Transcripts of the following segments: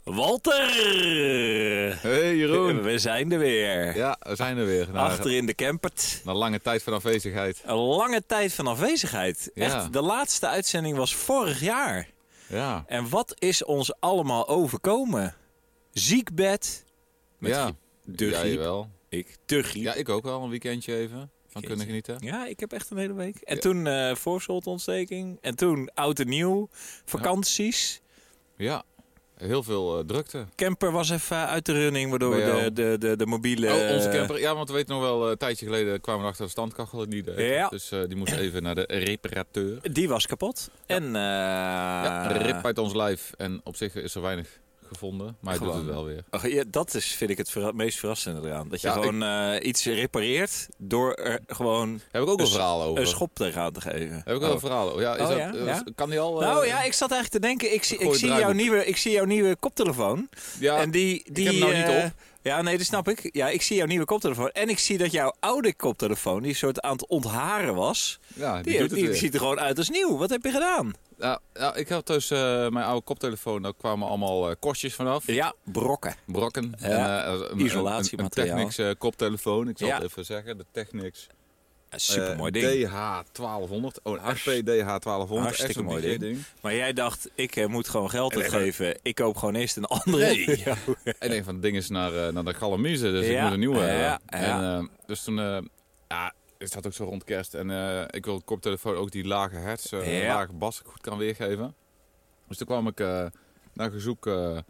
Walter! Hey Jeroen. We zijn er weer. Ja, we zijn er weer. Achter in de campert. Na lange tijd van afwezigheid. Een lange tijd van afwezigheid. Ja. Echt, de laatste uitzending was vorig jaar. Ja. En wat is ons allemaal overkomen? Ziekbed. Met Ja. de Ja, griep. jawel. De griep. Ja, ik ook wel. Een weekendje even. Van kunnen genieten. Ja, ik heb echt een hele week. En Ja. toen voorschotenontsteking. En toen oud en nieuw. Vakanties. Ja. Heel veel drukte. Camper was even uit de running, waardoor Bij jou? we de mobiele... Oh, onze camper. Ja, want we weten nog wel, een tijdje geleden kwamen we achter de standkachel het niet deed. Ja. Dus die moest even naar de reparateur. Die was kapot. Ja. En Ja, rip uit ons lijf. En op zich is er weinig gevonden. Maar hij doet het wel weer. ja, dat is, vind ik, het meest verrassende eraan. Dat je Ja, gewoon iets repareert door er gewoon Heb ik ook een verhaal over. een schop tegenaan te geven. Heb ik wel een verhaal over. Ja, is Oh, dat, ja? Ja? Kan die al... Nou ja, ik zat eigenlijk te denken, ik Gooi zie jouw nieuwe koptelefoon. Ja, En die ik heb hem nou niet op. Ja, nee, dat snap ik. Ja, ik zie jouw nieuwe koptelefoon. En ik zie dat jouw oude koptelefoon, die soort aan het ontharen was, ja, die doet het weer. ziet er gewoon uit als nieuw. Wat heb je gedaan? Ja, ik had dus mijn oude koptelefoon, daar kwamen allemaal korstjes vanaf. Ja, brokken. Brokken. Ja, En, isolatiemateriaal. Een Technics koptelefoon, ik zal Ja. het even zeggen. De Technics Supermooi ding. DH1200. Oh, een HP DH1200. Hartstikke Echt een mooi ding. Maar jij dacht, ik moet gewoon geld En uitgeven. Ik koop gewoon eerst een andere. Nee. Ja. En een van de dingen is naar de Galamiezen, dus ik Ja, moet een nieuwe ja, hebben. ja. En, dus toen, het staat ook zo rond kerst. En ik wil de koptelefoon ook die lage hertz, lage bas goed kan weergeven. Dus toen kwam ik naar gezoek. Er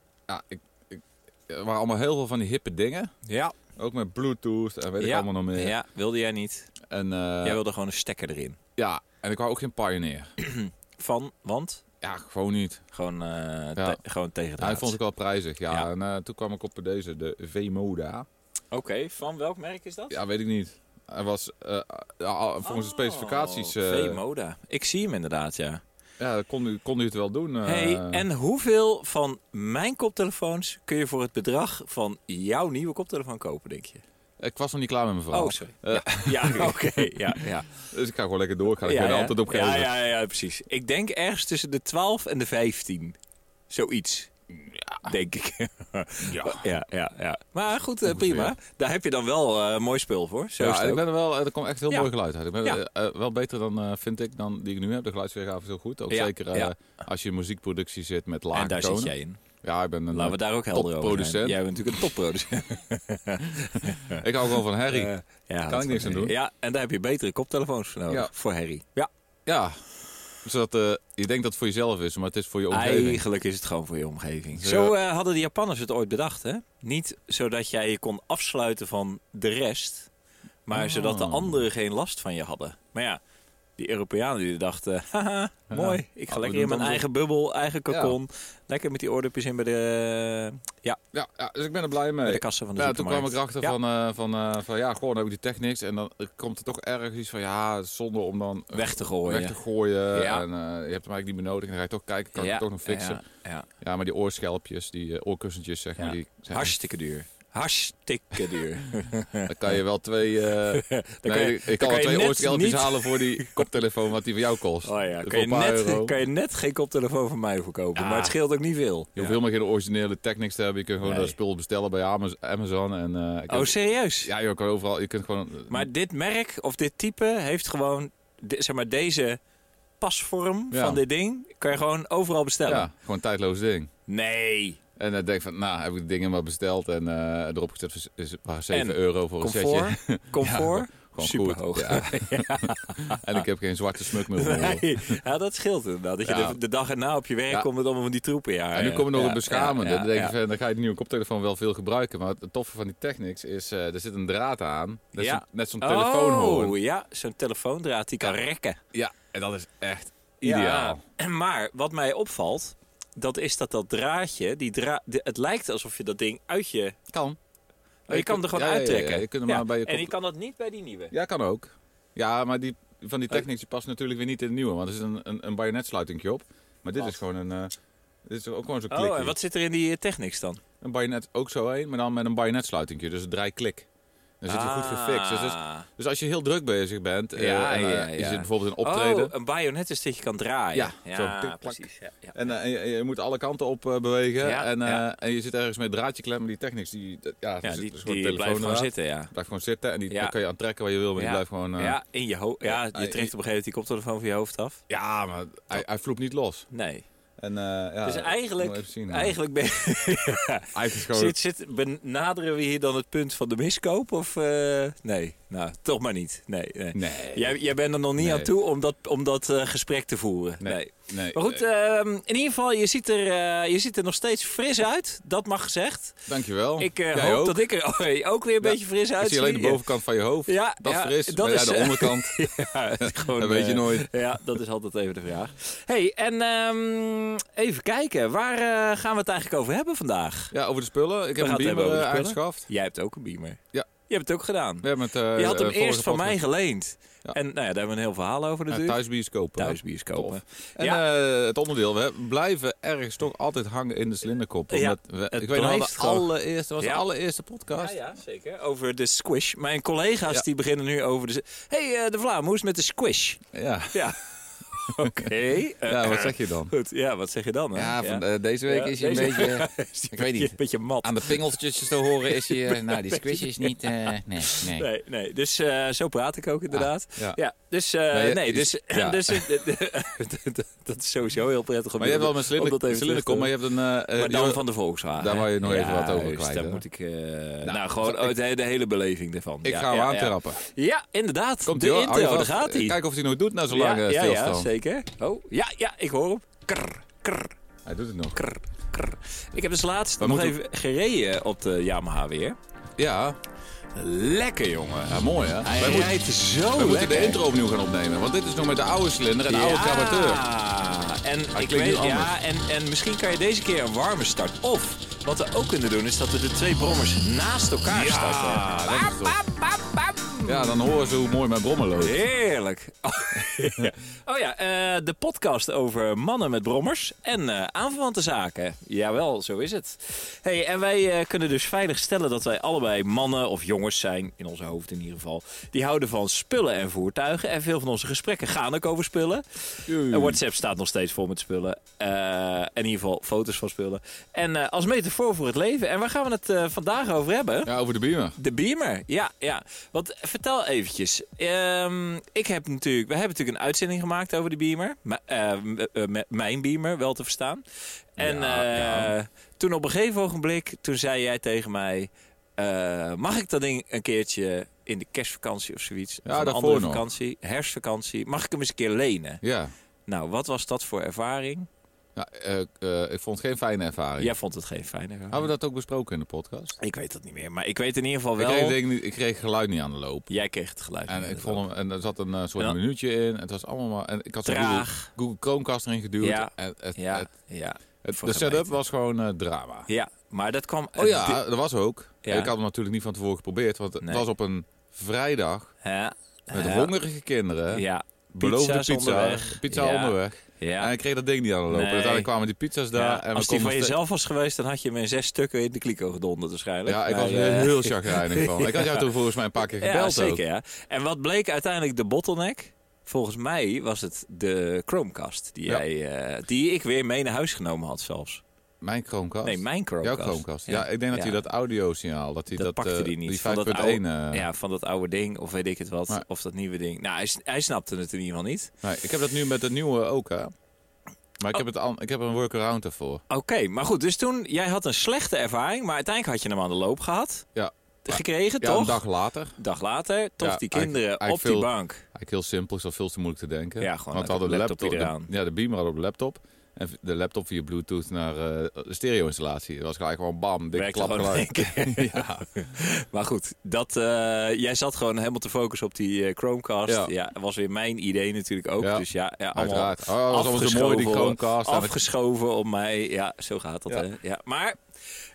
waren allemaal heel veel van die hippe dingen. Ja. Ook met Bluetooth en weet ik allemaal nog meer. Ja, wilde jij niet. En, Jij wilde gewoon een stekker erin. Ja, en ik wou ook geen Pioneer. Want? Ja, gewoon niet. Gewoon, gewoon tegen de Hij vond ik wel prijzig. Ja. Ja. En toen kwam ik op deze, de V-Moda. Oké, van welk merk is dat? Ja, weet ik niet. Hij was volgens de specificaties... V-Moda. Ik zie hem inderdaad, ja. Ja, kon u het wel doen. Hey, en hoeveel van mijn koptelefoons kun je voor het bedrag van jouw nieuwe koptelefoon kopen, denk je? Ik was nog niet klaar met mijn verhaal. Oh, sorry. Ja, oké. Ja. Dus ik ga gewoon lekker door. Ik ga er geen antwoord op geven. Ja, precies. Ik denk ergens tussen de 12 en de 15. Zoiets. Ja. Denk ik. Ja. Maar goed, prima. Daar heb je dan wel mooi spul voor. Zo is het ik ook. ben er wel. Er komt echt heel mooi geluid uit. Ik ben Ja. wel beter dan, vind ik, dan die ik nu heb. De geluidsweergave is heel goed. Ook zeker als je in muziekproductie zit met lage En daar tonen. zit jij in. Ja, ik ben een Laten we daar ook helder over zijn. topproducent. Jij bent natuurlijk een topproducent. Ik hou gewoon van Harry. Kan ik niks aan doen. Ja, en daar heb je betere koptelefoons voor nodig. Ja. Voor Harry. Ja. Ja. Zodat je denkt dat het voor jezelf is, maar het is voor je omgeving. Eigenlijk is het gewoon voor je omgeving. Ja. Zo hadden de Japanners het ooit bedacht, hè? Niet zodat jij je kon afsluiten van de rest, maar zodat de anderen geen last van je hadden. Maar ja, die Europeanen die dachten, haha, mooi. Ik ga lekker in mijn eigen bubbel, eigen cocon. Lekker met die oordopjes in bij de... Ja, dus ik ben er blij mee. bij de kassen van de Toen supermarkt. kwam ik erachter van gewoon heb ik die Technics. En dan komt er toch ergens iets van, zonde om dan weg te gooien. Ja. En je hebt hem eigenlijk niet meer nodig. En dan ga je toch kijken, kan ik het toch nog fixen. Ja, maar die oorschelpjes, die oorkussentjes, zeg maar. Die zijn hartstikke duur. Hartstikke duur. Dan kan je wel twee... ik kan wel twee oorschelpjes halen voor die koptelefoon wat die voor jou kost. Oh ja, kan je net geen koptelefoon van mij verkopen. Maar het scheelt ook niet veel. Je hoeft helemaal geen originele Technics te hebben. Je kunt gewoon dat spul bestellen bij Amazon. En, serieus? Ja, je kan overal... Je kunt gewoon... Maar dit merk of dit type heeft gewoon... zeg maar deze pasvorm van dit ding... kan je gewoon overal bestellen. Ja, gewoon een tijdloos ding. Nee. En dan denk ik van, heb ik de dingen maar besteld en erop gezet voor 7 euro voor een comfort? setje. Comfort? Gewoon super goed. hoog. Ja. En ik heb geen zwarte smuk meer. Nee, dat scheelt inderdaad. Dat je de dag erna op je werk komt met allemaal van die troepen. Ja, en nu komen nog het beschamende. Dan denk je, dan ga je de nieuwe koptelefoon wel veel gebruiken. Maar het toffe van die Technics is, er zit een draad aan. Net zo'n telefoonhoorn. Oh ja, zo'n telefoondraad die kan rekken. Ja, en dat is echt ideaal. Ja. Maar wat mij opvalt... dat is dat draadje, het lijkt alsof je dat ding uit je... Kan. Je kan er gewoon uittrekken. Ja, je kunt hem maar bij je en je kan dat niet bij die nieuwe? Ja, kan ook. Ja, maar van die Technics die past natuurlijk weer niet in de nieuwe. Want er zit een bajonetsluitingje op. Maar dit is gewoon dit is ook gewoon zo'n klikje. Oh, en wat zit er in die Technics dan? Een bajonet ook zo heen, maar dan met een bajonetsluitingje. Dus een draaiklik. Dan zit hij goed gefixt. Dus als je heel druk bezig bent, je zit bijvoorbeeld in optreden. Oh, een bajonet is dat je kan draaien. Ja, zo, precies. Ja. En je moet alle kanten op bewegen. En je zit ergens met draadje klemmen. Die technics, die blijft gewoon zitten. Ja. Blijft gewoon zitten en die kan je aantrekken waar je wil, maar die blijft gewoon... in je hoofd. Ja, je trekt op een gegeven moment die koptelefoon van je hoofd af. Ja, maar hij vloept niet los. Nee. En, dus eigenlijk ben je... benaderen we hier dan het punt van de miskoop? Of nee, nou, toch maar niet. Nee. Jij bent er nog niet aan toe om dat gesprek te voeren. Nee. Maar goed, in ieder geval, je ziet er nog steeds fris uit. Dat mag gezegd. Dankjewel. Ik hoop dat ik er ook weer een beetje fris uitzie. Ik zie alleen de bovenkant van je hoofd. Ja, dat fris. Dat maar is, de onderkant. Gewoon, dat weet je nooit. Ja, dat is altijd even de vraag. Hey, en even kijken. Waar gaan we het eigenlijk over hebben vandaag? Ja, over de spullen. Ik heb een Beamer aangeschaft. Jij hebt ook een Beamer. Ja. Je hebt het ook gedaan. Je had hem eerst van mij geleend. Ja. En daar hebben we een heel verhaal over natuurlijk. Thuisbioscopen. En het onderdeel, we blijven ergens toch altijd hangen in de cilinderkop. Ja, ik weet nog, de allereerste podcast. Ja, zeker. Over de squish. Mijn collega's die beginnen nu over de... de Vlaam, hoe is het met de squish? Ja. Oké. Wat zeg je dan? Goed, wat zeg je dan? Hè? Ja, deze week is hij een beetje... ik weet niet. Een beetje mat. Aan de pingeltjes te horen is hij... die squish is niet... Nee. Dus zo praat ik ook inderdaad. Dus dat is sowieso heel prettig. Maar je hebt wel een cilinderkop, maar je hebt een... maar dan van de Volkswagen. Daar wou je nog even wat over kwijt. Daar moet ik... gewoon de hele beleving ervan. Ik ga hem aantrappen. Ja, inderdaad. De intro, daar gaat hij. Kijk of hij nog doet na zo lang stilstand. Ja, zeker. Oh, ja, ik hoor hem. Krr. Hij doet het nog. Krr. Ik heb dus laatst nog even gereden op de Yamaha weer. Ja. Lekker, jongen. Ja, mooi, hè? Hij rijdt zo lekker. We moeten de intro opnieuw gaan opnemen, want dit is nog met de oude cilinder en de oude carburateur. En ik weet, en misschien kan je deze keer een warme start. Of, wat we ook kunnen doen, is dat we de twee brommers naast elkaar starten. Ja, dan horen ze hoe mooi mijn brommer loopt. Heerlijk. De podcast over mannen met brommers en aanverwante zaken. Jawel, zo is het. Hey, en wij kunnen dus veilig stellen dat wij allebei mannen of jongens zijn, in onze hoofd in ieder geval, die houden van spullen en voertuigen. En veel van onze gesprekken gaan ook over spullen. WhatsApp staat nog steeds vol met spullen. In ieder geval foto's van spullen. En als metafoor voor het leven. En waar gaan we het vandaag over hebben? Ja, over de Beamer. De Beamer, ja. Want vertel eventjes. We hebben natuurlijk een uitzending gemaakt over de Beamer. Mijn Beamer, wel te verstaan. En toen op een gegeven ogenblik, toen zei jij tegen mij... mag ik dat ding een keertje in de kerstvakantie of zoiets? Ja, of een andere vakantie, herfstvakantie. Mag ik hem eens een keer lenen? Ja. Nou, wat was dat voor ervaring? Ja, ik vond het geen fijne ervaring. Jij vond het geen fijne ervaring. Hebben we dat ook besproken in de podcast? Ik weet het niet meer, maar ik weet in ieder geval wel... Ik kreeg geluid niet aan de loop. Jij kreeg het geluid en ik vond hem, en er zat een soort minuutje in. Het was allemaal... En ik had zo'n Google Chromecast erin geduwd. De setup was gewoon drama. Ja, maar dat kwam... Dat was ook. Ja. Ik had hem natuurlijk niet van tevoren geprobeerd, want het was op een vrijdag. Met hongerige kinderen. Ja. Beloofde pizza onderweg. Ja. En ik kreeg dat ding niet aan de lopen. Uiteindelijk kwamen die pizza's daar. Ja, en als die van jezelf was geweest, dan had je hem in 6 stukken in de kliko gedonderd waarschijnlijk. Ja, ik was er heel chagrijnig van. Ik had jou toen volgens mij een paar keer gebeld. Ja, zeker. Ook. Ja. En wat bleek uiteindelijk de bottleneck? Volgens mij was het de Chromecast die ik weer mee naar huis genomen had zelfs. Mijn Chromecast? Nee, mijn Chromecast. Jouw Chromecast. Ja, ik denk dat hij dat audiosignaal, dat pakte hij niet. Die 5.1... van dat oude ding, of weet ik het wat. Maar, of dat nieuwe ding. Nou, hij snapte het in ieder geval niet. Nee, ik heb dat nu met het nieuwe ook, hè. Maar ik heb een workaround ervoor. Oké, maar goed. Dus toen, jij had een slechte ervaring, maar uiteindelijk had je hem aan de loop gehad. Ja. Gekregen, ja, toch? een dag later. Dag later, toch die kinderen op die bank. Eigenlijk heel simpel, is dat veel te moeilijk te denken. Ja, gewoon want we hadden de laptop eraan. De Beamer had op de laptop. En de laptop via Bluetooth naar de stereo-installatie. Dat was gelijk gewoon bam, dikke klapgeluid. Ja. Maar goed, jij zat gewoon helemaal te focussen op die Chromecast. Ja, was weer mijn idee natuurlijk ook. Ja. Dus allemaal dat was allemaal zo mooi, die Chromecast. Afgeschoven op mij. Ja, zo gaat dat. Ja. Hè? Ja. Maar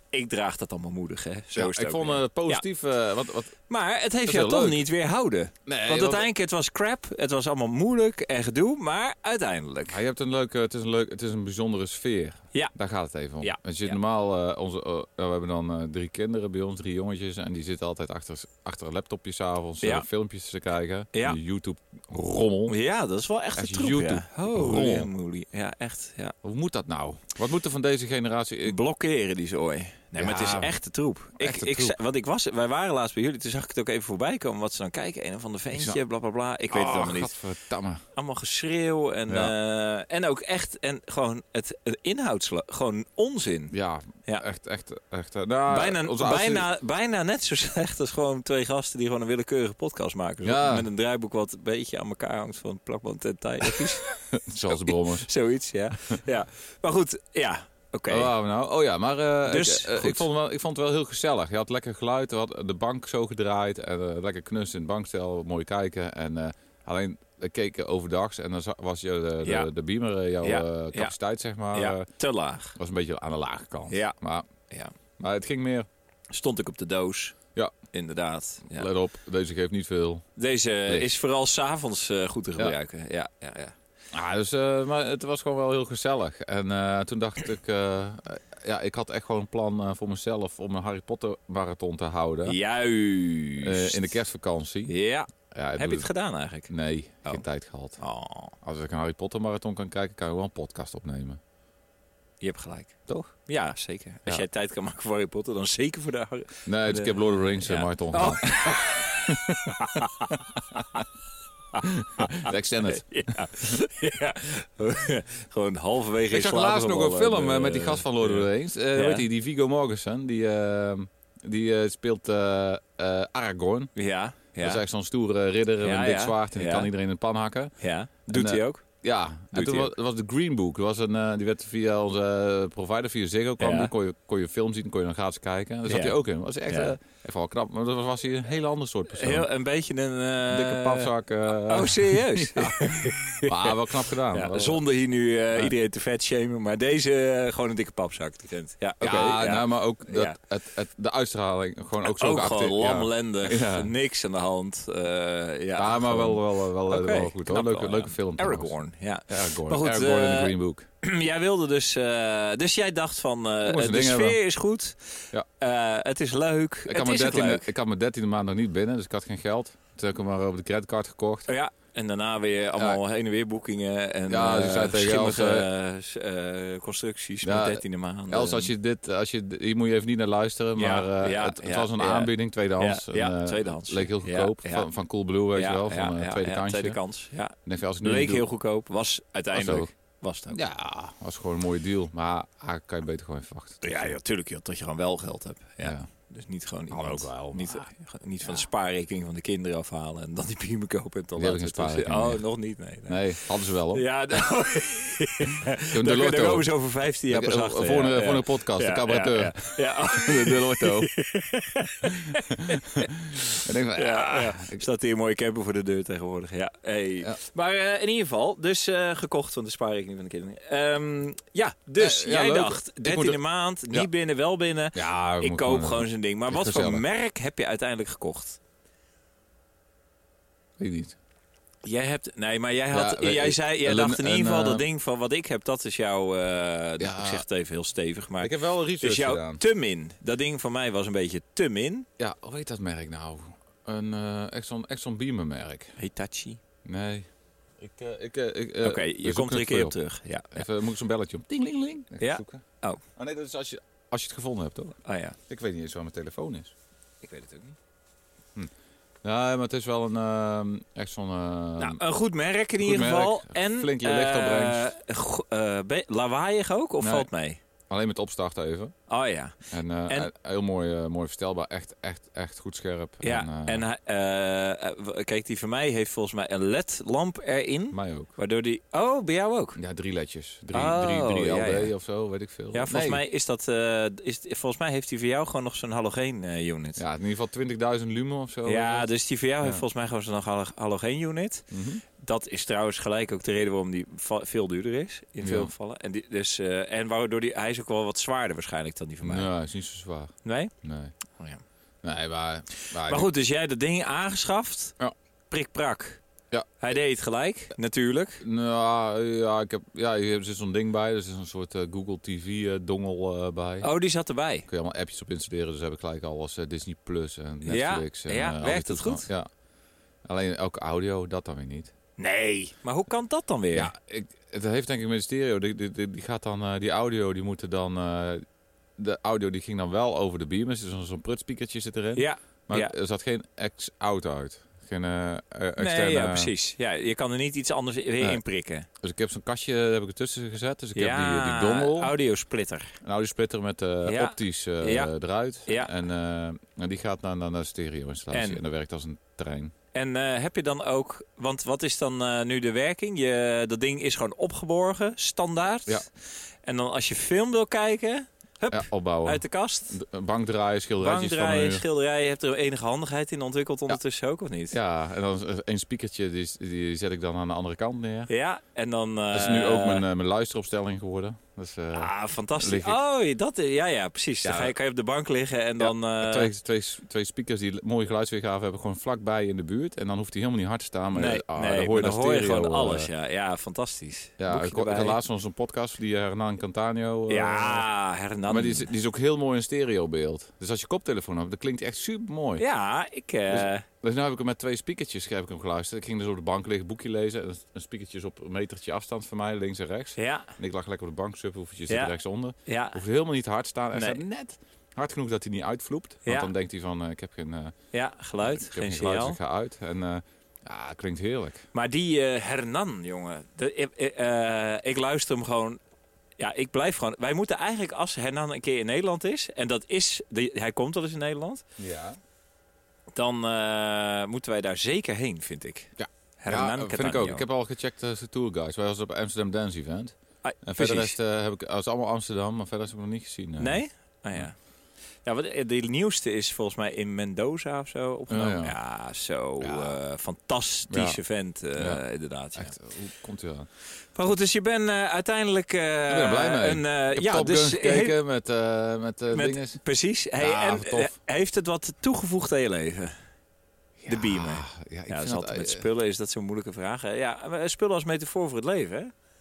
ik draag dat allemaal moedig, hè. Zo is het ik ook vond weer. het positief. Maar het heeft is jou heel toch leuk. niet weerhouden. Nee, Want uiteindelijk, het was crap. Het was allemaal moeilijk en gedoe. Maar uiteindelijk. Ja, je hebt het is een bijzondere sfeer. Ja. Daar gaat het even om. Ja. Je zit Ja. normaal, we hebben dan 3 kinderen bij ons, 3 jongetjes. En die zitten altijd achter een laptopje s'avonds Ja. filmpjes te kijken. Ja. Die YouTube-rommel. Ja, dat is wel echt een Echt troep, YouTube. ja. Holy Rommel. moly. Ja, echt. Ja. Hoe moet dat nou? Wat moet er van deze generatie... Blokkeren die zooi. Nee, maar het is Ja, echt de troep. echt de troep. Wij waren laatst bij jullie, toen zag ik het ook even voorbij komen. Wat ze dan kijken, een of ander ventje, bla bla bla. Ik weet het allemaal niet. Gadverdamme. Allemaal geschreeuw en ook echt, en gewoon het gewoon onzin. Ja, Ja. echt. Nou, Bijna net zo slecht als gewoon 2 gasten die gewoon een willekeurige podcast maken. Zo, Ja. met een draaiboek wat een beetje aan elkaar hangt van plakband en tijd. Zoals de brommers. Zoiets, ja. Ja. Maar goed, ja. Oké. Waar waren we nou? Oh ja, maar Dus, ik goed. vond het wel heel gezellig. Je had lekker geluid, we hadden de bank zo gedraaid. En lekker knus in het bankstel, mooi kijken. En alleen we keken overdags en dan was Ja. de beamer, jouw Ja. capaciteit zeg maar, Ja, te laag. was een beetje aan de lage kant. Ja. Maar Ja. het ging meer, Stond ik op de doos. Ja. Inderdaad. Ja. let op, deze geeft niet veel. Deze Nee. is vooral 's avonds goed te gebruiken. Ja. Dus, maar het was gewoon wel heel gezellig. En toen dacht ik, ik had echt gewoon een plan voor mezelf om een Harry Potter marathon te houden. Juist. In de kerstvakantie. Ja. Ja, Heb je het gedaan eigenlijk? Nee, Oh. geen tijd gehad. Oh, Als ik een Harry Potter marathon kan kijken, kan ik wel een podcast opnemen. je hebt gelijk. Toch? Ja, zeker. Als Ja. jij tijd kan maken voor Harry Potter, dan zeker voor de... Nee, dus ik heb Lord of the Rings Ja. marathon Oh. gedaan. De extended. Ja. Gewoon halverwege Ik zag in slaap laatst nog een gevallen. film met die gast van Lord of the Rings. Weet je, die Viggo Mortensen. Die speelt Aragorn. Ja. Dat is echt zo'n stoere ridder met Ja, een dik ja. zwaard. En die Ja. kan iedereen in de pan hakken. Ja. Doet En, hij ook? Ja, en Doet toen hij was de Green Book. Die werd via onze provider, via Ziggo, kwam Ja. die, kon je film zien, kon je dan gratis kijken. Daar zat Ja. hij ook in. Dat was echt Ja. even wel knap. Maar dat was hij een hele andere soort persoon. Heel, een beetje een... Dikke papzak. Oh, serieus? Maar wel knap gedaan. Ja, Wel- zonder hier nu iedereen te vet shamen, maar deze gewoon een dikke papzak. Die vent. Ja, oké. Nou, maar ook dat, Ja. de uitstraling. Gewoon ook zo Ook geacteerd. gewoon Ja. lamlendig, Ja. niks aan de hand. Ja, maar gewoon- wel Oké, goed. knap Hoor. wel, Leuke film. trouwens. Aragorn, ja. Aragorn. Maar goed, Aragorn in de Green Book. Jij wilde dus jij dacht van, moest een de ding sfeer hebben. is goed, Ja. het is leuk, Ik het is ook leuk. had mijn 13e maand nog niet binnen, dus ik had geen geld. Toen heb ik hem maar op de creditcard gekocht. Oh ja, en daarna weer allemaal heen en weer boekingen en Ja, ze zei tegen Els, schimmige constructies ja, met 13e maand. Els, hier moet je even niet naar luisteren, Ja, maar ja, het ja, was een ja. aanbieding, tweedehands. Ja, En, tweedehands. Leek heel Ja, goedkoop, ja. van Coolblue, weet je wel, van tweede kansje. tweede kans, ja. En ik dacht, als ik nu Leek niet doe- heel goedkoop, was uiteindelijk, ook. was het ook. Ja, was gewoon een mooie deal, maar kan je beter gewoon even wachten. Ja, natuurlijk, joh, dat je gewoon wel geld hebt. Ja. Ja. Dus niet gewoon Hadden iemand, ook wel, niet, maar- niet van de spaarrekening van de kinderen afhalen en dan die prima kopen en dan Die hebben laten geen we het- spaarrekening Oh, meer. nog niet, nee. Nee, hadden ze wel hoor. Ja, De daar Lotto. komen ze over 15 jaar pas achter. Voor ja, een podcast, de cabareteur. Ja. De Lotto. Ik denk van, Ja. Staat hier een mooie camper voor de deur tegenwoordig. Ja. Hey. Ja. Maar in ieder geval, dus gekocht van de spaarrekening van de kinderen. Dus ja, jij leuk. dacht, Ik 13e moet er- maand, Ja. niet binnen, wel binnen. Ja, Ik koop gewoon zo'n ding. Maar wat voor gezellig. merk heb je uiteindelijk gekocht? Weet ik niet. Jij hebt, nee, maar jij Ja, dacht in ieder geval en, dat ding van wat ik heb, dat is jouw, Ja. ik zeg het even heel stevig, maar Ik heb wel een dus research jouw gedaan. te min. Dat ding van mij was een beetje te min. Ja, hoe heet dat merk nou? Een Exxon Beamer merk. Hitachi. Nee. Oké, je komt er een keer op terug. Ja. Even moet ik zo'n belletje om. Ding. Even Ja. zoeken. Oh. Nee, dat is als je het gevonden hebt, hoor. Oh ja, Ik weet niet eens waar mijn telefoon is. ik weet het ook niet. Ja, maar het is wel een Exxon... Nou, een goed merk in goed ieder geval. merk, En flink je licht lawaaiig ook, of Nee. valt mee? Alleen met opstarten even. Oh ja. En heel mooi verstelbaar. Echt goed scherp. Ja, kijk, die van mij heeft volgens mij een LED-lamp erin. Mij ook. Waardoor die... Oh, bij jou ook? Ja, 3 ledjes. 3 Oh, LD ja. of zo, weet ik veel. Ja, volgens mij is dat... volgens mij heeft die voor jou gewoon nog zo'n halogeen-unit. Ja, in ieder geval 20.000 lumen of zo. Ja, dus die voor jou heeft Ja. volgens mij gewoon zo'n halogeen-unit. Mhm. dat is trouwens gelijk ook de reden waarom die veel duurder is. In veel gevallen. En, en waardoor hij is ook wel wat zwaarder waarschijnlijk dan die van mij. Ja, hij is niet zo zwaar. Nee? Nee. Oh, ja. Nee, maar goed, dus jij dat ding aangeschaft. Ja. Prik-prak. Ja. Hij deed het gelijk, natuurlijk. Nou, ja, hier zit zo'n ding bij. Er is een soort Google TV-dongel bij. Oh, die zat erbij. Kun je allemaal appjes op installeren. Dus heb ik gelijk alles Disney Plus en Netflix. Ja, werkt het goed? Ja. Alleen elke audio, dat dan weer niet. Nee, maar hoe kan dat dan weer? Ja, het heeft denk ik met de stereo. Die gaat dan, die audio, die moeten dan... de audio die ging dan wel over de beamers. Dus zo'n prutspiekertje zit erin. Ja. Maar er zat geen ex-out uit. Geen externe... Nee, ja, precies. Ja, je kan er niet iets anders weer in prikken. Dus ik heb zo'n kastje heb ik ertussen gezet. Dus ik heb die dongel. Audiosplitter. Een audiosplitter met optisch eruit. Ja. En die gaat naar de stereo-installatie. En dat werkt als een trein. En heb je dan ook... Want wat is dan nu de werking? Dat ding is gewoon opgeborgen, standaard. Ja. En dan als je film wil kijken... Hup, opbouwen. uit de kast. Bank draaien, schilderijtjes van een uur. Schilderij. Je hebt er enige handigheid in ontwikkeld ondertussen ook, of niet? Ja, en dan een speakertje, die zet ik dan aan de andere kant neer. Ja, en dan... dat is nu ook mijn luisteropstelling geworden. Dus, fantastisch. Oh, dat, ja, precies. Ja. Dan kan je op de bank liggen en dan... Twee speakers die mooie geluidsweergave hebben gewoon vlakbij in de buurt. En dan hoeft hij helemaal niet hard te staan. Maar dan hoor je gewoon alles. Ja, fantastisch. Ja, ik had laatst nog zo'n podcast, die Hernan Cantano. Hernan. Maar die is ook heel mooi in stereobeeld. Dus als je koptelefoon hebt, dat klinkt echt super mooi. Ja, Dus nu heb ik hem met 2 speakertjes geluisterd. Ik ging dus op de bank liggen, boekje lezen. Een speakertje is op een metertje afstand van mij, links en rechts. Ja. En ik lag lekker op de bank, subwoofertje zit rechtsonder. Ja. Hoeft helemaal niet hard staan. En staat net hard genoeg dat hij niet uitvloept. Want dan denkt hij van, ik heb geen... geluid, geen signaal. Dus ik ga uit. En het klinkt heerlijk. Maar die Hernan, jongen. Ik luister hem gewoon... Ja, ik blijf gewoon... Wij moeten eigenlijk, als Hernan een keer in Nederland is... En dat is... Hij komt wel eens in Nederland. Ja. Dan moeten wij daar zeker heen, vind ik. Ja, Hernan vind ik ook. Ik heb al gecheckt de tourguides. Wij was op Amsterdam Dance Event. En verder rest heb ik... Het is allemaal Amsterdam, maar verder heb ik nog niet gezien. Nee? Ah ja. Ja, de nieuwste is volgens mij in Mendoza of zo opgenomen. Ja, fantastische vent, inderdaad. Ja. Echt, hoe komt hij aan? Maar goed, dus je bent uiteindelijk... ik ben er blij mee. Ik heb Top Gun gekeken met dingen. Precies. En heeft het wat toegevoegd aan je leven? De Beamer. Ja, dat is altijd met spullen is dat zo'n moeilijke vraag. Ja, spullen als metafoor voor het leven, hè?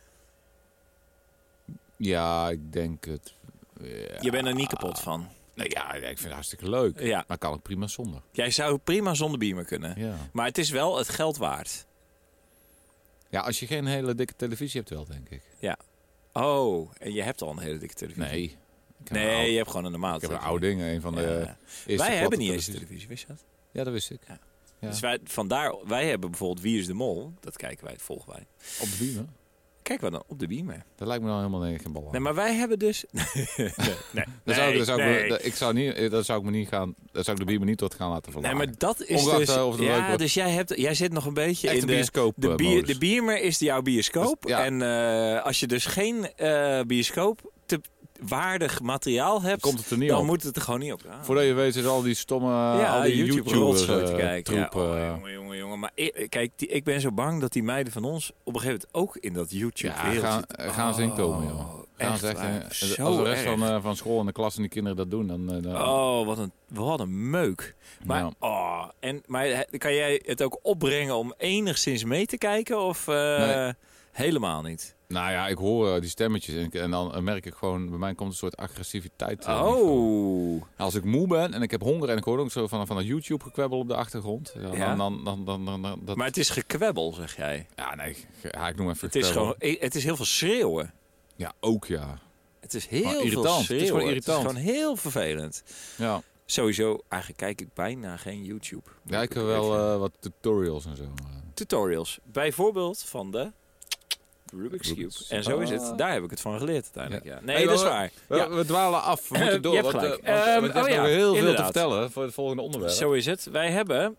Ja, ik denk het. Ja. Je bent er niet kapot van. Nee, ik vind het hartstikke leuk. Ja. Maar kan ik prima zonder. Jij zou prima zonder Beamer kunnen. Ja. Maar het is wel het geld waard. Ja, als je geen hele dikke televisie hebt wel, denk ik. Ja. Oh, en je hebt al een hele dikke televisie. Nee. Je hebt gewoon een normale televisie. Ik heb een oud ding, een van de eerste. Wij hebben niet eens televisie, wist je dat? Ja, dat wist ik. Ja. Ja. Dus wij hebben bijvoorbeeld Wie is de Mol. Dat kijken wij, volgen wij. Op de Beamer? Kijken we dan op de Beamer. Dat lijkt me dan helemaal geen bal aan. Nee, maar wij hebben dus... Dat zou ik de Beamer niet tot gaan laten verlagen. Nee, maar dat is dus jij zit nog een beetje echt in de bioscoop. De Beamer is jouw bioscoop. Dus, en als je dus geen bioscoop waardig materiaal hebt, komt het er niet dan op. moet het er gewoon niet op. Voordat je weet is al die stomme al die YouTubers te kijken. Troep, jongen. Maar kijk, ik ben zo bang dat die meiden van ons op een gegeven moment ook in dat YouTube-wereld gaan ze inkomen, joh. Als de rest van school en de klas en die kinderen dat doen, dan... wat een meuk. Maar, maar kan jij het ook opbrengen om enigszins mee te kijken? Of helemaal niet? Nou ja, ik hoor die stemmetjes en dan merk ik gewoon... Bij mij komt een soort agressiviteit. Als ik moe ben en ik heb honger en ik hoor ook zo van dat YouTube-gekwebbel op de achtergrond. Maar het is gekwebbel, zeg jij? Ja, nee. Ik noem even het is heel veel schreeuwen. Ja, ook ja. Het is heel veel irritant. schreeuwen. Het is gewoon irritant. Het is gewoon heel vervelend. Ja. Sowieso, eigenlijk kijk ik bijna geen YouTube. Ja, ik heb wel wat tutorials en zo. Tutorials. Bijvoorbeeld van de Rubik's Cube. En zo is het. Daar heb ik het van geleerd uiteindelijk. Ja. Nee, dat is waar. We dwalen af. We moeten door. Je hebt gelijk. We hebben nog heel veel te vertellen voor het volgende onderwerp. Zo is het. Wij hebben...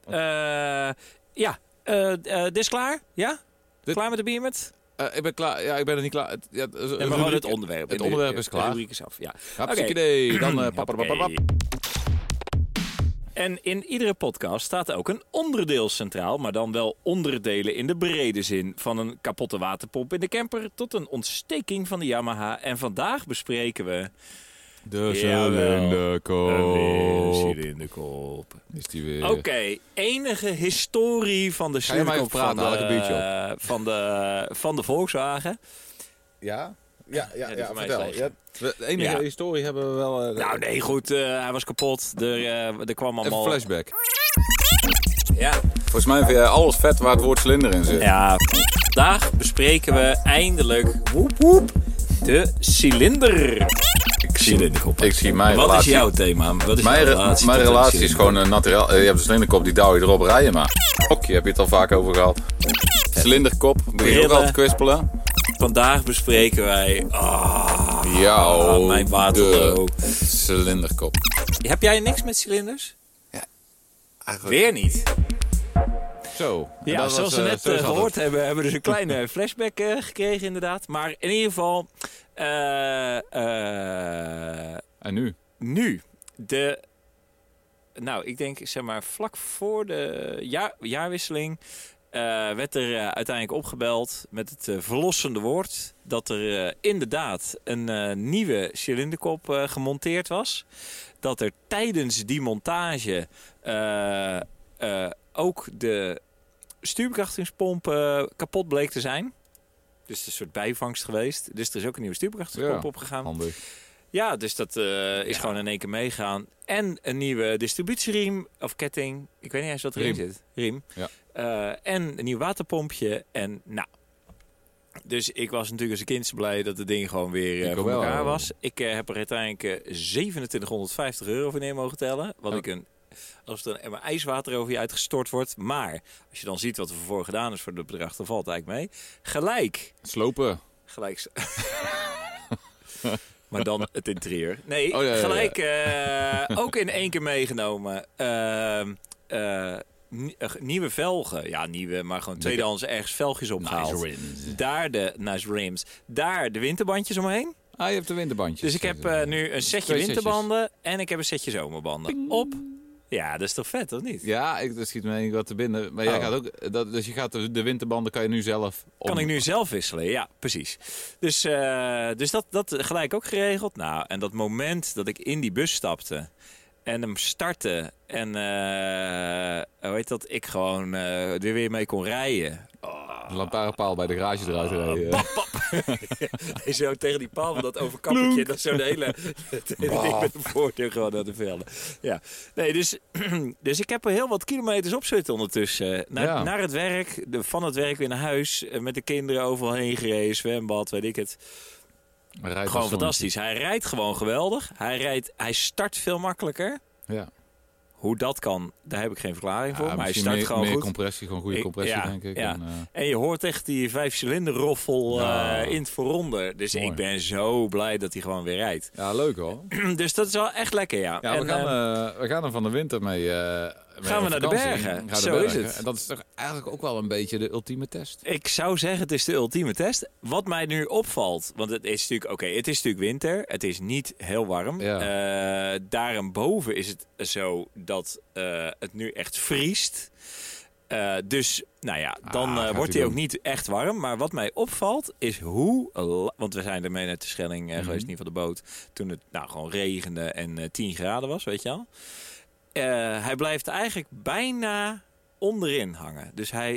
dit is klaar? Ja? Klaar met de Beamer? Ik ben klaar. Ja, ik ben er niet klaar. Maar gewoon het onderwerp. Het onderwerp is klaar. De rubriek is af. Ja. Hartstikke idee. Dan En in iedere podcast staat ook een onderdeel centraal, maar dan wel onderdelen in de brede zin. Van een kapotte waterpomp in de camper tot een ontsteking van de Yamaha. En vandaag bespreken we... De cilinderkop. Is die weer. Oké, enige historie van de cilinderkop van de Volkswagen. Ja, vertel. Ja, de enige historie hebben we wel... nou nee, goed, hij was kapot. Er kwam allemaal... Even flashback. Ja. Volgens mij vind jij alles vet waar het woord cilinder in zit. Ja, vandaag bespreken we eindelijk de cilinder. Ik zie mijn Wat relatie. is jouw thema? Wat is mijn relatie is gewoon een naturel. Je hebt een cilinderkop, die douw je erop rijden, maar... Okje, heb je het al vaak over gehad. Cilinderkop, moet je ook altijd kwispelen. Vandaag bespreken wij... mijn de Waterloo. cilinderkop. Heb jij niks met cilinders? Ja, eigenlijk... Weer niet. Zo. Ja, zoals we net gehoord hebben, hebben we dus een kleine flashback gekregen inderdaad. Maar in ieder geval... En nu? Nu, ik denk zeg maar vlak voor de jaarwisseling werd er uiteindelijk opgebeld met het verlossende woord dat er inderdaad een nieuwe cilinderkop gemonteerd was. Dat er tijdens die montage ook de stuurbekrachtigingspomp kapot bleek te zijn. Dus het is een soort bijvangst geweest. Dus er is ook een nieuwe stuurbekrachtigingspomp opgegaan. Handig. Ja, dus dat is gewoon in één keer meegaan. En een nieuwe distributieriem of ketting. Ik weet niet eens wat erin zit. Riem. Ja. En een nieuw waterpompje. En nou. Dus ik was natuurlijk als een kind blij dat het ding gewoon weer voor elkaar was. Ik heb er uiteindelijk €2750 voor neer mogen tellen. Wat ik als er een emmer ijswater over je uitgestort wordt. Maar als je dan ziet wat er voor gedaan is voor het bedrag, dan valt het eigenlijk mee. Gelijk. Slopen. Maar dan het interieur. Nee, gelijk ook in één keer meegenomen. Nieuwe velgen. Ja, nieuwe, maar gewoon tweedehands ergens velgjes opgehaald. Nice rims. Daar de nice rims. Daar de winterbandjes omheen. Ah, je hebt de winterbandjes. Dus ik heb nu een setje winterbanden en ik heb een setje zomerbanden. Ping. Op. Ja, dat is toch vet, of niet? Ja, dat schiet me wat te binnen. Maar jij gaat ook... Dus je gaat de winterbanden kan je nu zelf... Kan ik nu zelf wisselen, ja, precies. Dus dat gelijk ook geregeld. Nou, en dat moment dat ik in die bus stapte en hem startte en ik gewoon er weer mee kon rijden. De lantaarnpaal bij de garage eruit rijden. Hij zo tegen die paal van dat overkappertje. Dat zo de hele ding met de voordeur gewoon naar de velden. Ja. Nee, dus ik heb er heel wat kilometers op zitten ondertussen. Naar het werk, van het werk weer naar huis. Met de kinderen overal heen gereden. Zwembad, weet ik het. Gewoon fantastisch. Hij rijdt gewoon geweldig. Hij start veel makkelijker. Ja. Hoe dat kan, daar heb ik geen verklaring voor. Maar hij start meer, gewoon meer goed. Compressie, gewoon goede compressie, denk ik. Ja. En je hoort echt die 5-cilinder roffel in het vooronder. Dus mooi. Ik ben zo blij dat hij gewoon weer rijdt. Ja, leuk hoor. Dus dat is wel echt lekker, ja. Ja, we gaan er van de winter mee... gaan we naar de bergen. Zo is het. En dat is toch eigenlijk ook wel een beetje de ultieme test? Ik zou zeggen, het is de ultieme test. Wat mij nu opvalt, want het is natuurlijk winter. Het is niet heel warm. Ja. Daarboven is het zo dat het nu echt vriest. Dus, nou ja, dan wordt hij ook niet echt warm. Maar wat mij opvalt is want we zijn ermee naar de Schelling geweest, niet van de boot. Toen het gewoon regende en 10 graden was, weet je al. Hij blijft eigenlijk bijna onderin hangen. Dus hij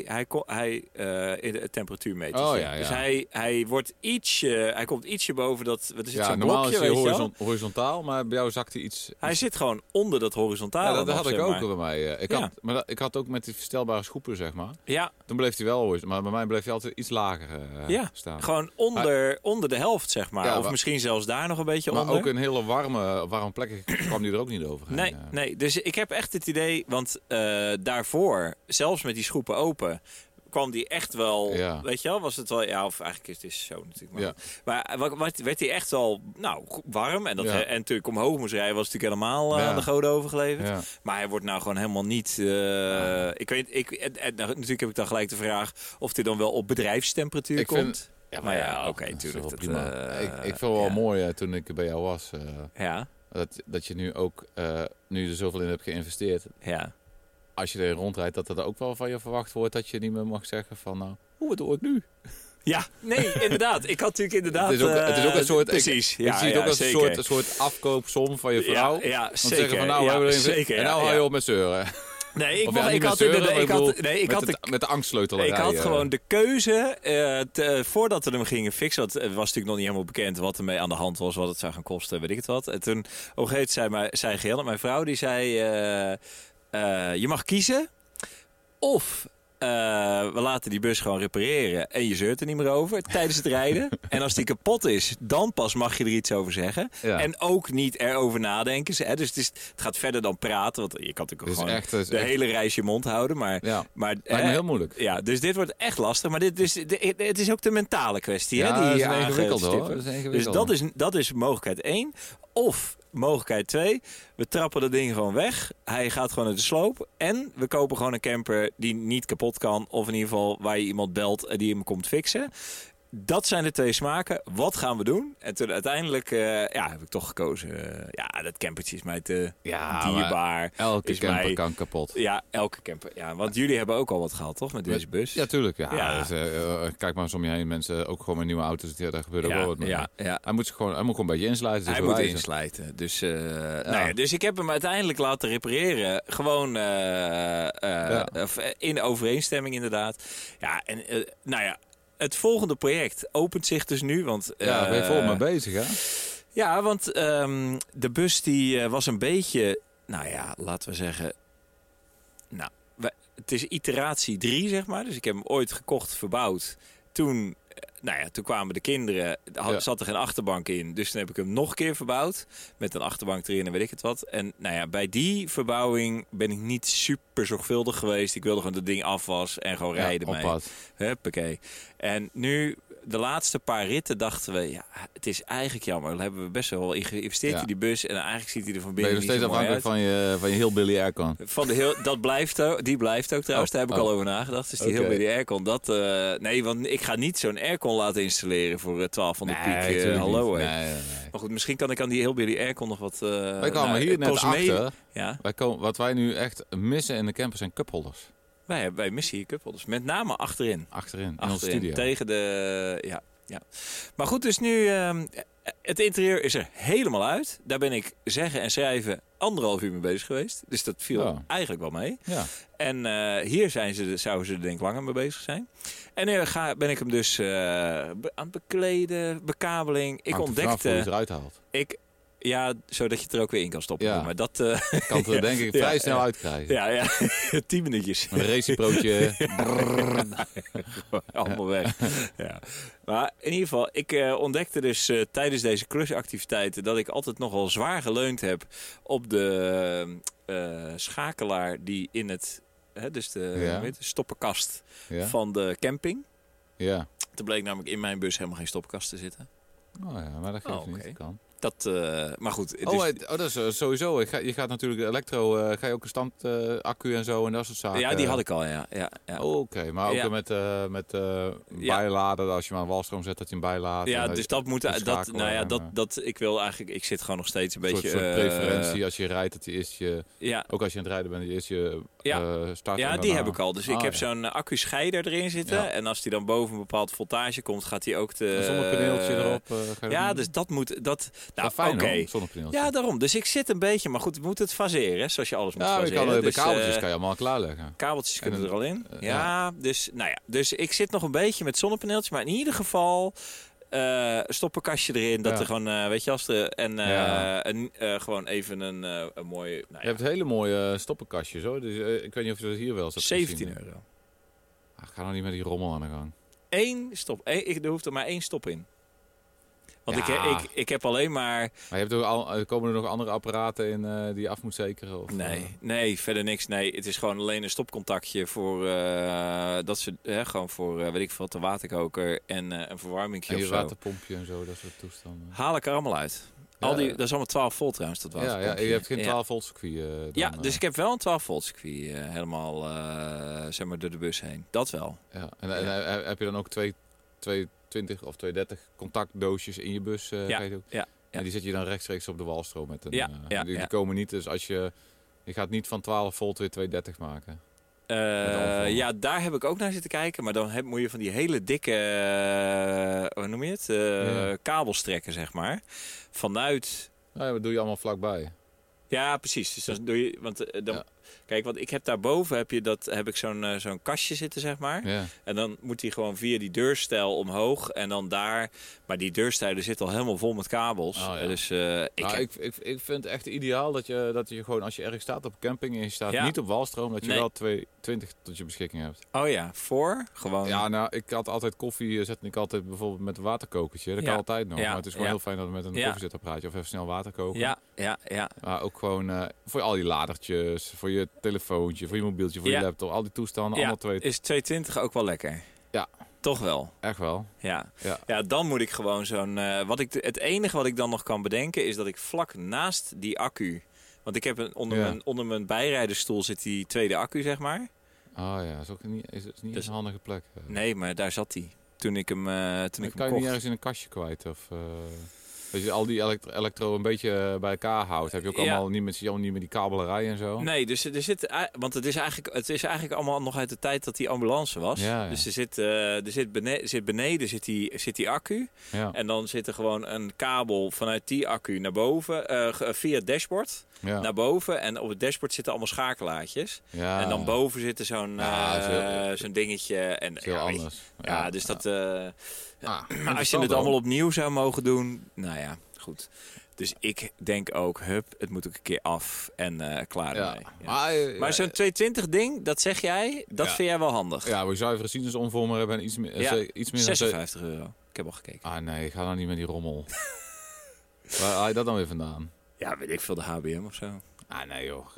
in de temperatuurmeter. Oh, ja. Dus hij wordt hij komt ietsje boven dat. Wat is het, zo'n normaal blokje, is hij horizontaal, maar bij jou zakt hij iets. Hij zit gewoon onder dat horizontale. Ja, dat had ik ook bij mij. Ik had ook met die verstelbare schoepen, zeg maar. Ja. Toen bleef hij wel horizontaal, maar bij mij bleef hij altijd iets lager staan. Gewoon onder de helft, zeg maar. Of misschien zelfs daar nog een beetje maar onder. Maar ook een hele warme plek kwam hij er ook niet over. Nee. Dus ik heb echt het idee, want daarvoor, zelfs met die schoepen open, kwam die echt wel, weet je wel, was het wel, of eigenlijk is het zo natuurlijk. Maar werd hij echt wel, warm. En natuurlijk omhoog moest rijden, was natuurlijk helemaal aan de goden overgeleverd. Ja. Maar hij wordt nou gewoon helemaal niet, natuurlijk heb ik dan gelijk de vraag of hij dan wel op bedrijfstemperatuur komt. Oké, natuurlijk. Ik vind het wel mooi toen ik bij jou was. Ja. Dat je nu ook, nu je er zoveel in hebt geïnvesteerd, Ja. als je er rondrijdt, dat er ook wel van je verwacht wordt dat je niet meer mag zeggen van, nou, wat doe ik nu? Ja, nee, inderdaad. Ik had natuurlijk inderdaad... Het is ook een soort... Precies, Ik zie het ook als een soort afkoopsom van je vrouw. Ja, Om zeker. te zeggen van, nou, we hebben erin zeker. En nou hou je op met zeuren. Nee, met de angstsleutel. Ik had gewoon de keuze, voordat we hem gingen fixen, want het was natuurlijk nog niet helemaal bekend wat ermee aan de hand was, wat het zou gaan kosten, weet ik het wat. En toen, op een gegeven moment zei Geelle, mijn vrouw, die zei, je mag kiezen, of we laten die bus gewoon repareren en je zeurt er niet meer over tijdens het rijden. En als die kapot is, dan pas mag je er iets over zeggen. Ja. En ook niet erover nadenken. Hè? Dus het gaat verder dan praten. Want je kan natuurlijk gewoon de hele reis je mond houden. Maar lijkt me heel moeilijk. Ja, dus dit wordt echt lastig. Maar het is ook de mentale kwestie. Ja, hè, die dat is ingewikkeld hoor. Dus dat is mogelijkheid 1. Of mogelijkheid 2, we trappen dat ding gewoon weg. Hij gaat gewoon naar de sloop. En we kopen gewoon een camper die niet kapot kan. Of in ieder geval waar je iemand belt en die hem komt fixen. Dat zijn de 2 smaken. Wat gaan we doen? En toen uiteindelijk heb ik toch gekozen. Dat campertje is mij te dierbaar. Elke camper kan kapot. Ja, elke camper. Ja, want jullie hebben ook al wat gehad, toch? Met deze bus. Ja, tuurlijk. Ja. Dus, kijk maar eens om je heen. Mensen ook gewoon met nieuwe auto's. Daar gebeurt ook wel wat mee. Hij moet gewoon een beetje insluiten. Hij moet insluiten. Dus, dus ik heb hem uiteindelijk laten repareren. Gewoon in overeenstemming inderdaad. Ja, en het volgende project opent zich dus nu. Want, ben je vol mee bezig, hè? Ja, want de bus die was een beetje... laten we zeggen... het is iteratie 3, zeg maar. Dus ik heb hem ooit gekocht, verbouwd. Toen kwamen de kinderen. Zat er geen achterbank in. Dus toen heb ik hem nog een keer verbouwd. Met een achterbank erin en weet ik het wat. En bij die verbouwing ben ik niet super zorgvuldig geweest. Ik wilde gewoon dat het ding af was en gewoon rijden mee. Huppakee. En nu, de laatste paar ritten dachten we... het is eigenlijk jammer. Daar hebben we best wel in geïnvesteerd in die bus. En eigenlijk ziet hij er van binnen niet zo mooi uit. Ben je nog steeds afhankelijk van je heel Billy Aircon? Die blijft ook trouwens. Daar heb ik al over nagedacht. Dus die heel Billy Aircon. Want ik ga niet zo'n aircon laten installeren voor 1200 piek. Hallo. Nee. Maar goed, misschien kan ik aan die heel Billy Aircon nog wat... wij kwamen hier net achter. Ja? Wat wij nu echt missen in de camper zijn cupholders. Wij missen hier cupholders. Met name achterin. In onze studio. Tegen de... Ja. Maar goed, dus nu... het interieur is er helemaal uit. Daar ben ik zeggen en schrijven 1,5 uur mee bezig geweest. Dus dat viel eigenlijk wel mee. Ja. En hier zouden ze denk ik langer mee bezig zijn. En nu ben ik hem dus aan het bekleden, bekabeling. Ik ontdekte... hoe je het eruit haalt. Ja, zodat je het er ook weer in kan stoppen. Ja. Maar dat kan het er denk ik vrij snel uitkrijgen. Ja. 10 minuutjes. Met een racieprootje. Allemaal weg. Ja. Maar in ieder geval, ik ontdekte dus tijdens deze klusactiviteiten... dat ik altijd nogal zwaar geleund heb op de schakelaar die in het... dus de stoppenkast van de camping. Ja. Er bleek namelijk in mijn bus helemaal geen stoppenkast te zitten. Oh ja, maar dat geeft niet. Dat kan. Maar goed. Dat is sowieso. Je gaat natuurlijk elektro, ga je ook een standaccu en zo en dat soort zaken. Ja, die had ik al, ja. Oké, maar ook met bijladen, als je maar een walstroom zet, dat je hem bijlaat. Ja, dus dat moet... ik wil eigenlijk... Ik zit gewoon nog steeds een beetje... Een soort preferentie als je rijdt, dat die eerst je... Ook als je aan het rijden bent, die eerst je start. Ja, die heb ik al. Dus ik heb zo'n accu-scheider erin zitten. Ja. En als die dan boven een bepaald voltage komt, gaat die ook een zonnepaneeltje erop. Dus dat moet... Fijn, ja, daarom. Dus ik zit een beetje... Maar goed, ik moet het faseren, zoals je alles moet faseren. De kabeltjes kan je allemaal klaarleggen. Kabeltjes kunnen er al in. Dus ik zit nog een beetje met zonnepaneeltjes. Maar in ieder geval... stoppenkastje erin, dat er gewoon, weet je, als er gewoon even een mooie... Je hebt hele mooie stoppenkastjes, hoor. Dus ik weet niet of je dat hier wel eens hebt 17 gezien. euro. Ga nou niet met die rommel aan de gang. Er hoeft er maar 1 stop in. Want ik heb alleen maar... Maar komen er nog andere apparaten in die je af moet zekeren? Of, nee, verder niks. Nee, het is gewoon alleen een stopcontactje voor... gewoon voor, weet ik veel, de waterkoker en een verwarmingje of zo. En je waterpompje en zo, dat soort toestanden. Haal ik er allemaal uit. Dat is allemaal 12 volt trouwens, dat waterpompje. Ja, je hebt geen 12 volt circuit. Dus ik heb wel een 12 volt circuit helemaal zeg maar door de bus heen. Dat wel. Ja. En heb je dan ook 220 of 230 contactdoosjes in je bus? En die zet je dan rechtstreeks op de walstroom met een... Die ja. komen niet, dus als je gaat niet van 12 volt weer 230 maken. Ja, daar heb ik ook naar zitten kijken. Maar dan moet je van die hele dikke, hoe noem je het? Kabels trekken, zeg maar. Vanuit... Nou, dat doe je allemaal vlakbij. Ja, precies. Dus dan doe je... Kijk, want ik heb daarboven heb ik zo'n kastje zitten, zeg maar. Ja. En dan moet hij gewoon via die deurstijl omhoog. En dan daar... Maar die deurstijlen zitten al helemaal vol met kabels. Oh, ja. Dus ik vind het echt ideaal dat je gewoon, als je ergens staat op een camping en je staat niet op walstroom, dat je wel 220 tot je beschikking hebt. Oh ja, gewoon... Ja, nou, ik had altijd koffie, zette ik altijd bijvoorbeeld met een waterkokertje. Dat kan altijd nog. Maar het is gewoon heel fijn dat we met een koffiezetapparaatje of even snel water koken. Ja. Maar ook gewoon voor al die ladertjes, voor je telefoontje, voor je mobieltje, voor je laptop, al die toestanden, allemaal Is 220 ook wel lekker? Ja. Toch wel? Echt wel. Ja, dan moet ik gewoon zo'n... het enige wat ik dan nog kan bedenken is dat ik vlak naast die accu... Want ik heb onder mijn bijrijdersstoel zit die tweede accu, zeg maar. Oh ja, dat is ook niet een handige plek. Nee, maar daar zat die. Toen ik hem kocht. Kan je niet ergens in een kastje kwijt? Of, dat je al die elektro een beetje bij elkaar houdt. Heb je ook allemaal niet met die kabelerij en zo? Nee, dus want het is eigenlijk allemaal nog uit de tijd dat die ambulance was. Ja. Dus zit beneden zit die accu. Ja. En dan zit er gewoon een kabel vanuit die accu naar boven, via het dashboard. Ja. Naar boven. En op het dashboard zitten allemaal schakelaartjes. Ja. En dan boven zit er zo'n dingetje. En, heel anders. Dus dat... maar als je het allemaal opnieuw zou mogen doen... Nou ja, goed. Dus ik denk ook, het moet ook een keer af en klaar ermee. Ja. Maar zo'n 220 ding, dat zeg jij, dat vind jij wel handig. Ja, we zuivere sinusomvormer hebben en iets meer... €56. Ik heb al gekeken. Ah nee, ga dan niet met die rommel. Waar haal je dat dan weer vandaan? Ja, weet ik veel, de HBM of zo. Ah nee joh.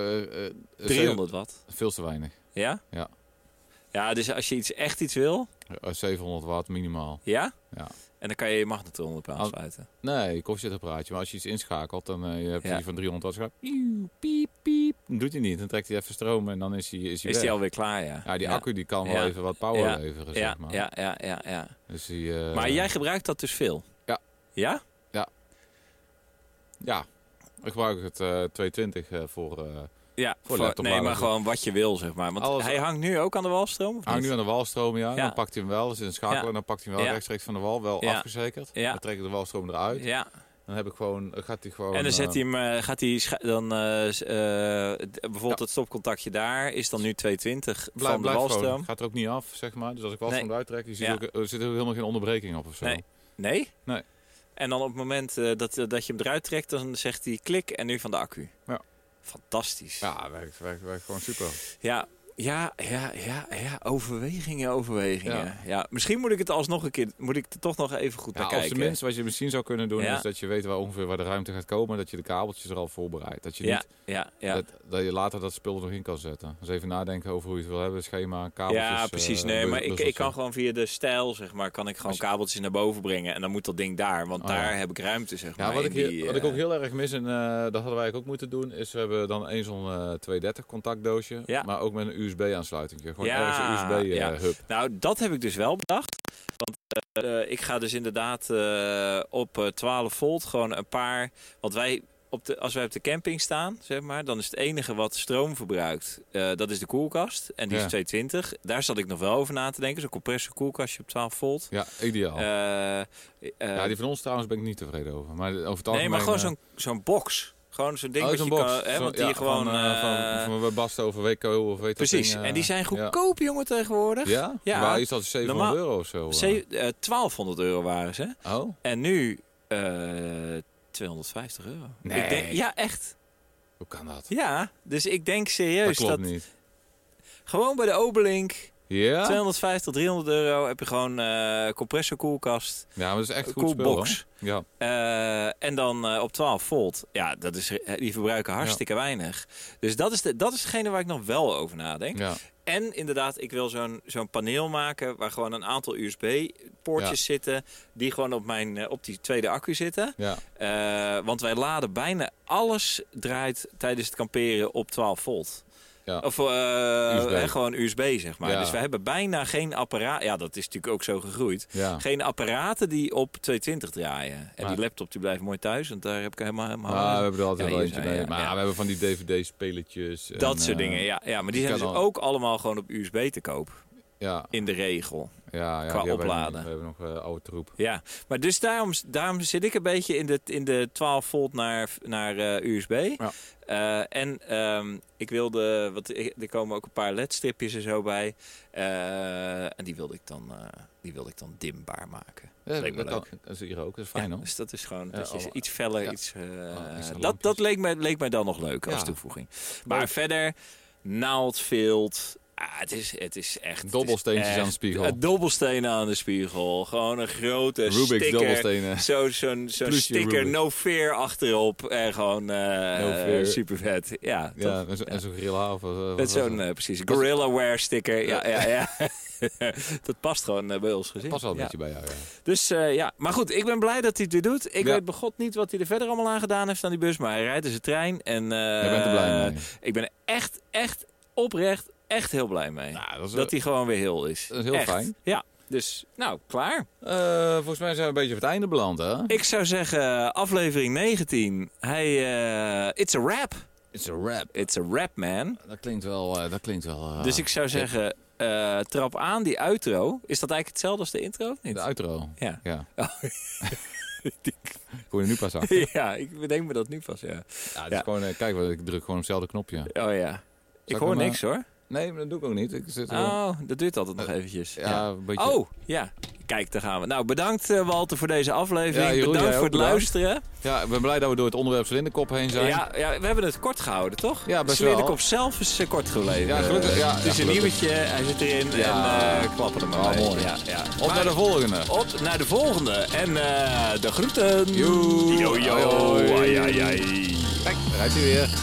300 watt. Veel te weinig. Ja? Ja. Ja, dus als je echt iets wil... 700 watt minimaal. Ja? Ja. En dan kan je magnetron op aansluiten. Nee, koffiezetapparaatje. Maar als je iets inschakelt, dan heb je die van 300 watt. Gaat, piep, piep. Dan doet hij niet. Dan trekt hij even stroom en dan is hij alweer klaar, ja. Ja, die accu die kan wel even wat power leveren, zeg maar. Ja. Dus maar jij gebruikt dat dus veel? Ja. Ja? Ja. Ik gebruik het 220 voor... nee, maar gewoon wat je wil, zeg maar. Want hij hangt nu ook aan de walstroom, of hangt nu aan de walstroom, ja. Dan pakt hij hem wel. Er zit een schakel en dan pakt hij hem wel rechtstreeks van de wal. Wel afgezekerd. Dan trek ik de walstroom eruit. Ja. Dan heb ik gaat hij gewoon... En dan bijvoorbeeld het stopcontactje daar is dan nu 220 van de walstroom. Gewoon. Gaat er ook niet af, zeg maar. Dus als ik walstroom eruit trek, er zit ook helemaal geen onderbreking op of zo. Nee? Nee. En dan op het moment dat je hem eruit trekt, dan zegt hij klik en nu van de accu. Ja. Fantastisch. Ja, werkt gewoon super. Ja, overwegingen. Ja, misschien moet ik het alsnog een keer, moet ik er toch nog even goed naar kijken. Op zijn minst, wat je misschien zou kunnen doen, is dat je weet ongeveer waar de ruimte gaat komen, dat je de kabeltjes er al voorbereidt. Dat je niet, dat je later dat spul er nog in kan zetten. Dus even nadenken over hoe je het wil hebben, schema, kabeltjes. Ja, precies. Maar ik kan gewoon via de stijl, zeg maar, kan ik gewoon kabeltjes naar boven brengen en dan moet dat ding daar, want daar heb ik ruimte, zeg maar. Wat ik ook heel erg mis, en dat hadden wij ook moeten doen, is we hebben dan zo'n 230 contactdoosje, maar ook met een USB-aansluiting. Gewoon ergens een USB-hub. Nou, dat heb ik dus wel bedacht. Want ik ga dus inderdaad op 12 volt gewoon een paar... Want als wij op de camping staan, zeg maar, dan is het enige wat stroom verbruikt, dat is de koelkast. En die is 220. Daar zat ik nog wel over na te denken. Zo'n compressor-koelkastje op 12 volt. Ja, ideaal. Die van ons trouwens ben ik niet tevreden over. Maar over het algemeen... Nee, maar gewoon zo'n box. Gewoon zo'n ding dat je kan... want die gewoon... Van Basten over WKO of weet dat. Precies, en die zijn goedkoop, jongen, tegenwoordig. Ja? Waar is dat? €700 of zo? €1200 waren ze. Oh. En nu €250. Nee. Ja, echt. Hoe kan dat? Ja, dus ik denk serieus dat... klopt niet. Gewoon bij de Obelink... Ja? €250, €300 heb je gewoon compressorkoelkast. Ja, maar dat is echt goed spul, ja. En dan op 12 volt. Ja, die verbruiken hartstikke weinig. Dus dat is degene waar ik nog wel over nadenk. Ja. En inderdaad, ik wil zo'n paneel maken waar gewoon een aantal USB-poortjes zitten. Die gewoon op die tweede accu zitten. Ja. Want wij laden bijna alles draait tijdens het kamperen op 12 volt. Ja. Of gewoon USB, zeg maar. Ja. Dus we hebben bijna geen apparaat. Ja, dat is natuurlijk ook zo gegroeid. Ja. Geen apparaten die op 220 draaien. En die laptop die blijft mooi thuis, want daar heb ik helemaal... we hebben er altijd wel eentje mee. Maar we hebben van die DVD-spelletjes. Dat soort dingen, ja. Maar die zijn dus ook allemaal gewoon op USB te koop. Ja. In de regel. Qua opladen. We hebben nog oude troep. Ja, maar dus daarom zit ik een beetje in de 12 volt naar USB. Ja. Ik wilde, er komen ook een paar LED-stripjes en zo bij. En die wilde ik dan dimbaar maken. Ja, dat is hier ook. Dat is fijn, hoor. Dus dat is gewoon dat je iets feller, dat leek mij dan nog leuk als toevoeging. Maar verder, naaldvilt. Het is echt... Dobbelsteentjes aan de spiegel. Dobbelstenen aan de spiegel. Gewoon een grote Rubik's sticker. Dobbelstenen. Zo'n sticker, Rubik. No Fear achterop. En gewoon super vet. Ja, en zo'n gorilla. Met zo'n, precies, Gorillaware sticker. Ja. Dat past gewoon bij ons gezin. Dat past wel een beetje bij jou, ja. Dus maar goed, ik ben blij dat hij het weer doet. Ik weet bij God niet wat hij er verder allemaal aan gedaan heeft aan die bus. Maar hij rijdt in zijn trein. En, je bent er blij mee. Ik ben echt oprecht heel blij mee. Dat hij gewoon weer heel is. Dat is heel fijn. Ja, dus klaar. Volgens mij zijn we een beetje op het einde beland, hè? Ik zou zeggen, aflevering 19. It's a rap. It's a rap. It's a rap, man. Dat klinkt wel... Dus ik zou zeggen, trap aan die outro. Is dat eigenlijk hetzelfde als de intro of niet? De outro? Ja. Oh. Ik hoor je nu pas achter. Ja, ik bedenk me dat nu pas, ja. Het is gewoon, kijk, ik druk gewoon op hetzelfde knopje. Oh ja. Ik hoor niks, hoor. Nee, maar dat doe ik ook niet. Dat duurt altijd nog eventjes. Een beetje... Oh, ja. Kijk, daar gaan we. Nou, bedankt Walter voor deze aflevering. Jeroen, bedankt voor het luisteren. Ja, ik ben blij dat we door het onderwerp cilinderkop heen zijn. Ja, we hebben het kort gehouden, toch? Ja, best cilinderkop zelf is kort gebleven. Ja, gelukkig. Ja, het is een nieuwtje, hij zit erin en klappen er maar mooi. Ja. Op naar de volgende. Op naar de volgende. En de groeten. Yo. Ai. Kijk, daar rijdt hij weer.